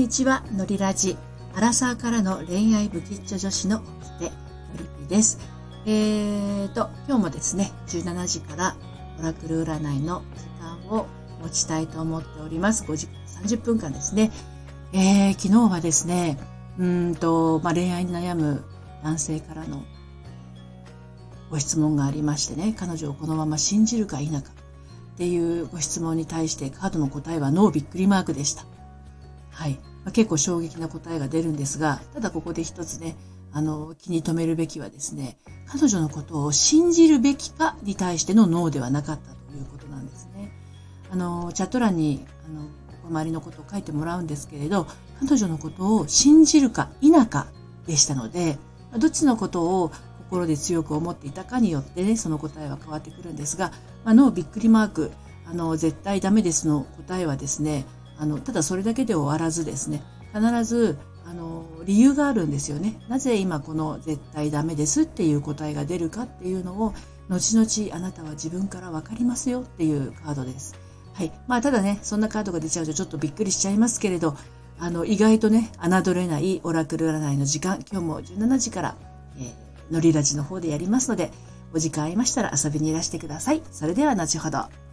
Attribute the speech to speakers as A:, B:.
A: にちは、のりラジ。アラサーからの恋愛ブキッチョ女子のおきて、のりぴです。今日もですね、17時からオラクル占いの時間を持ちたいと思っております。5時から30分間ですね。昨日はですね、恋愛に悩む男性からのご質問がありましてね、彼女をこのまま信じるか否かっていうご質問に対してカードの答えはノーびっくりマークでした。はい。結構衝撃な答えが出るんですが、ただここで一つね、気に留めるべきはですね、彼女のことを信じるべきかに対してのノーではなかったということなんですね。チャット欄に、周りのことを書いてもらうんですけれど、彼女のことを信じるか否かでしたので、どっちのことを心で強く思っていたかによってね、その答えは変わってくるんですが、ノーびっくりマーク、絶対ダメですの答えはですね、ただそれだけで終わらずですね、必ず、理由があるんですよね。なぜ今この絶対ダメですっていう答えが出るかっていうのを、後々あなたは自分からわかりますよっていうカードです。はい。ただね、そんなカードが出ちゃうとちょっとびっくりしちゃいますけれど、意外とね、侮れないオラクル占いの時間、今日も17時から、のりラジの方でやりますので、お時間ありましたら遊びにいらしてください。それでは後ほど。